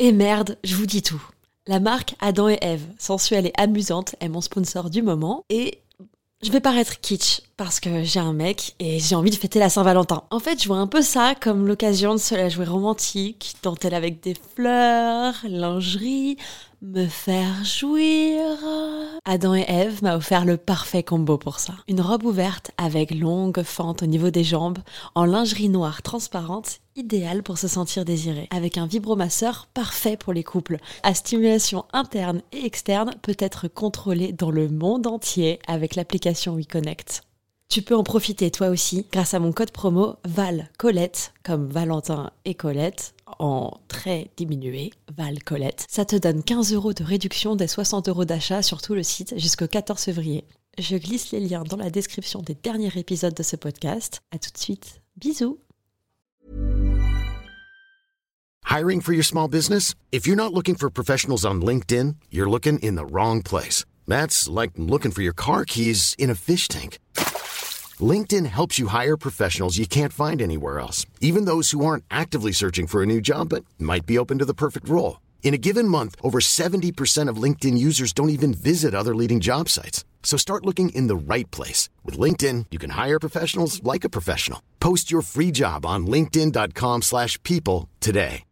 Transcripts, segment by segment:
Et merde, je vous dis tout. La marque Adam et Ève, sensuelle et amusante, est mon sponsor du moment et je vais paraître kitsch parce que j'ai un mec et j'ai envie de fêter la Saint-Valentin. En fait, je vois un peu ça comme l'occasion de se la jouer romantique, dentelle avec des fleurs, lingerie, me faire jouir. Adam et Ève m'a offert le parfait combo pour ça. Une robe ouverte avec longue fente au niveau des jambes, en lingerie noire transparente, idéale pour se sentir désiré. Avec un vibromasseur parfait pour les couples. À stimulation interne et externe, peut être contrôlée dans le monde entier avec l'application WeConnect. Tu peux en profiter toi aussi grâce à mon code promo VALCOLETTE, comme Valentin et Colette, en très diminué, VALCOLETTE. Ça te donne 15 € de réduction des 60 € d'achat sur tout le site jusqu'au 14 février. Je glisse les liens dans la description des derniers épisodes de ce podcast. À tout de suite. Bisous. Hiring for your small business? If you're not looking for professionals on LinkedIn, you're looking in the wrong place. That's like looking for your car keys in a fish tank. LinkedIn helps you hire professionals you can't find anywhere else, even those who aren't actively searching for a new job but might be open to the perfect role. In a given month, over 70% of LinkedIn users don't even visit other leading job sites. So start looking in the right place. With LinkedIn, you can hire professionals like a professional. Post your free job on linkedin.com/people today.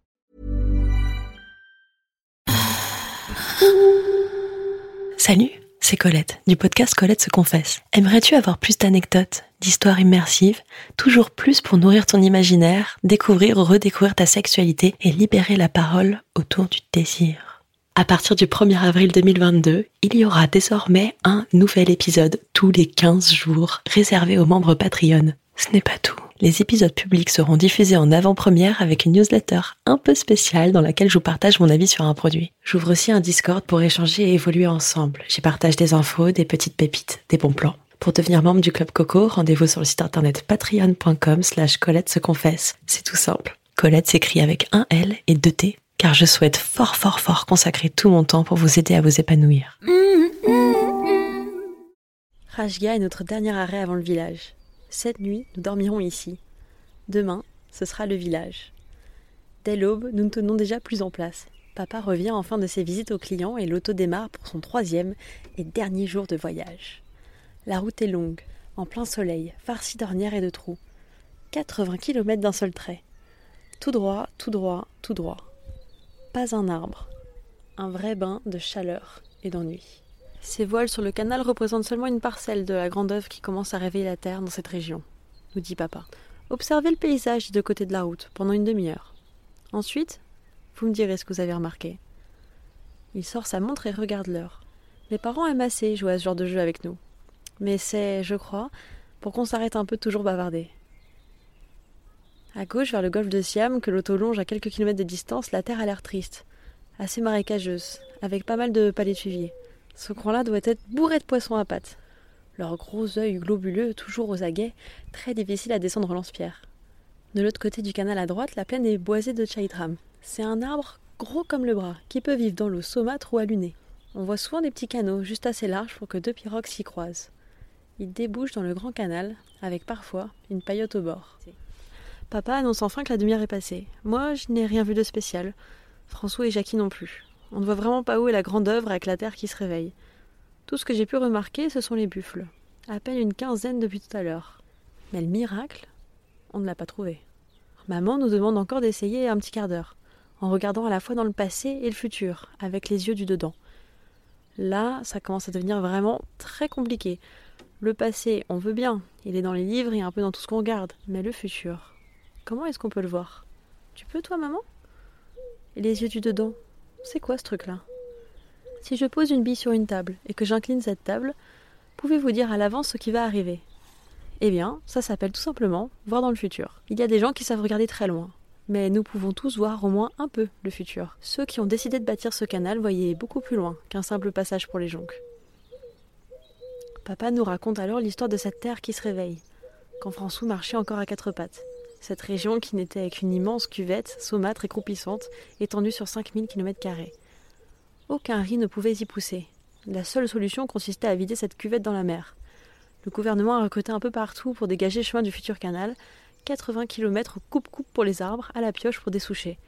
Salut, c'est Colette, du podcast Colette se confesse. Aimerais-tu avoir plus d'anecdotes, d'histoires immersives, toujours plus pour nourrir ton imaginaire, découvrir ou redécouvrir ta sexualité et libérer la parole autour du désir? À partir du 1er avril 2022, il y aura désormais un nouvel épisode tous les 15 jours réservé aux membres Patreon. Ce n'est pas tout. Les épisodes publics seront diffusés en avant-première avec une newsletter un peu spéciale dans laquelle je vous partage mon avis sur un produit. J'ouvre aussi un Discord pour échanger et évoluer ensemble. J'y partage des infos, des petites pépites, des bons plans. Pour devenir membre du Club Coco, rendez-vous sur le site internet patreon.com/Colette se confesse. C'est tout simple. Colette s'écrit avec un L et 2 T, car je souhaite fort consacrer tout mon temps pour vous aider à vous épanouir. Rajga est notre dernier arrêt avant le village. Cette nuit, nous dormirons ici. Demain, ce sera le village. Dès l'aube, nous ne tenons déjà plus en place. Papa revient enfin de ses visites aux clients et l'auto démarre pour son 3e et dernier jour de voyage. La route est longue, en plein soleil, farcie d'ornières et de trous. 80 km d'un seul trait. Tout droit, tout droit, tout droit. Pas un arbre. Un vrai bain de chaleur et d'ennui. Ces voiles sur le canal représentent seulement une parcelle de la grande œuvre qui commence à réveiller la terre dans cette région, nous dit papa. Observez le paysage des 2 côtés de la route pendant une demi-heure. Ensuite, vous me direz ce que vous avez remarqué. Il sort sa montre et regarde l'heure. Mes parents aiment assez jouer à ce genre de jeu avec nous. Mais c'est, je crois, pour qu'on s'arrête un peu de toujours bavarder. À gauche, vers le golfe de Siam, que l'auto longe à quelques kilomètres de distance, la terre a l'air triste, assez marécageuse, avec pas mal de palets de fumier. Ce coin-là doit être bourré de poissons à pattes. Leurs gros yeux globuleux, toujours aux aguets, très difficile à descendre lance-pierre. De l'autre côté du canal à droite, la plaine est boisée de chaitram. C'est un arbre gros comme le bras, qui peut vivre dans l'eau saumâtre ou alunée. On voit souvent des petits canaux, juste assez larges pour que 2 pirogues s'y croisent. Ils débouchent dans le grand canal, avec parfois une paillote au bord. Papa annonce enfin que la demi-heure est passée. Moi, je n'ai rien vu de spécial. François et Jackie non plus. On ne voit vraiment pas où est la grande œuvre avec la terre qui se réveille. Tout ce que j'ai pu remarquer, ce sont les buffles. À peine une 15aine depuis tout à l'heure. Mais le miracle, on ne l'a pas trouvé. Maman nous demande encore d'essayer un petit quart d'heure, en regardant à la fois dans le passé et le futur, avec les yeux du dedans. Là, ça commence à devenir vraiment très compliqué. Le passé, on veut bien, il est dans les livres et un peu dans tout ce qu'on regarde. Mais le futur, comment est-ce qu'on peut le voir? Tu peux, toi, maman? Et les yeux du dedans, c'est quoi ce truc-là? Si je pose une bille sur une table et que j'incline cette table, pouvez-vous dire à l'avance ce qui va arriver? Eh bien, ça s'appelle tout simplement voir dans le futur. Il y a des gens qui savent regarder très loin, mais nous pouvons tous voir au moins un peu le futur. Ceux qui ont décidé de bâtir ce canal voyaient beaucoup plus loin qu'un simple passage pour les jonques. Papa nous raconte alors l'histoire de cette terre qui se réveille, quand François marchait encore à 4 pattes. Cette région qui n'était qu'une immense cuvette, saumâtre et croupissante, étendue sur 5000 km². Aucun riz ne pouvait y pousser. La seule solution consistait à vider cette cuvette dans la mer. Le gouvernement a recruté un peu partout pour dégager le chemin du futur canal, 80 km coupe-coupe pour les arbres, à la pioche pour dessoucher.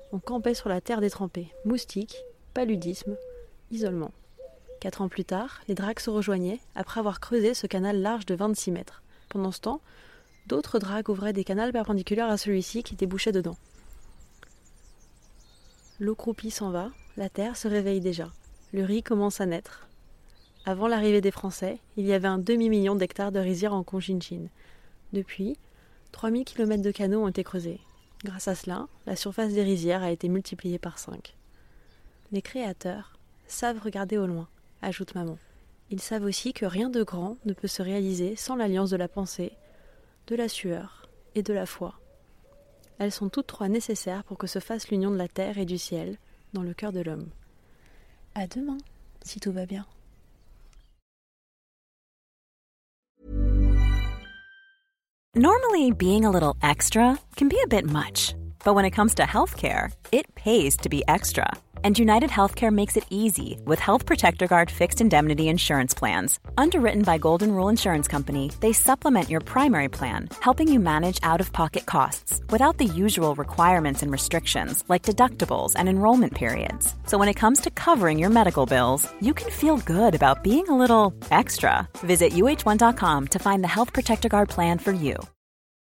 On campait sur la terre détrempée. Moustiques, paludisme, isolement. 4 ans plus tard, les dragues se rejoignaient après avoir creusé ce canal large de 26 mètres. Pendant ce temps, d'autres dragues ouvraient des canals perpendiculaires à celui-ci qui débouchait dedans. L'eau croupie s'en va, la terre se réveille déjà. Le riz commence à naître. Avant l'arrivée des Français, il y avait un demi-million d'hectares de rizières en Cochinchine. Depuis, 3000 km de canaux ont été creusés. Grâce à cela, la surface des rizières a été multipliée par 5. Les créateurs savent regarder au loin, ajoute maman. Ils savent aussi que rien de grand ne peut se réaliser sans l'alliance de la pensée, de la sueur et de la foi. Elles sont toutes trois nécessaires pour que se fasse l'union de la terre et du ciel dans le cœur de l'homme. À demain, si tout va bien. Normally, being a little extra can be a bit much. But when it comes to healthcare, it pays to be extra. And United Healthcare makes it easy with Health Protector Guard fixed indemnity insurance plans. Underwritten by Golden Rule Insurance Company, they supplement your primary plan, helping you manage out-of-pocket costs without the usual requirements and restrictions like deductibles and enrollment periods. So when it comes to covering your medical bills, you can feel good about being a little extra. Visit uh1.com to find the Health Protector Guard plan for you.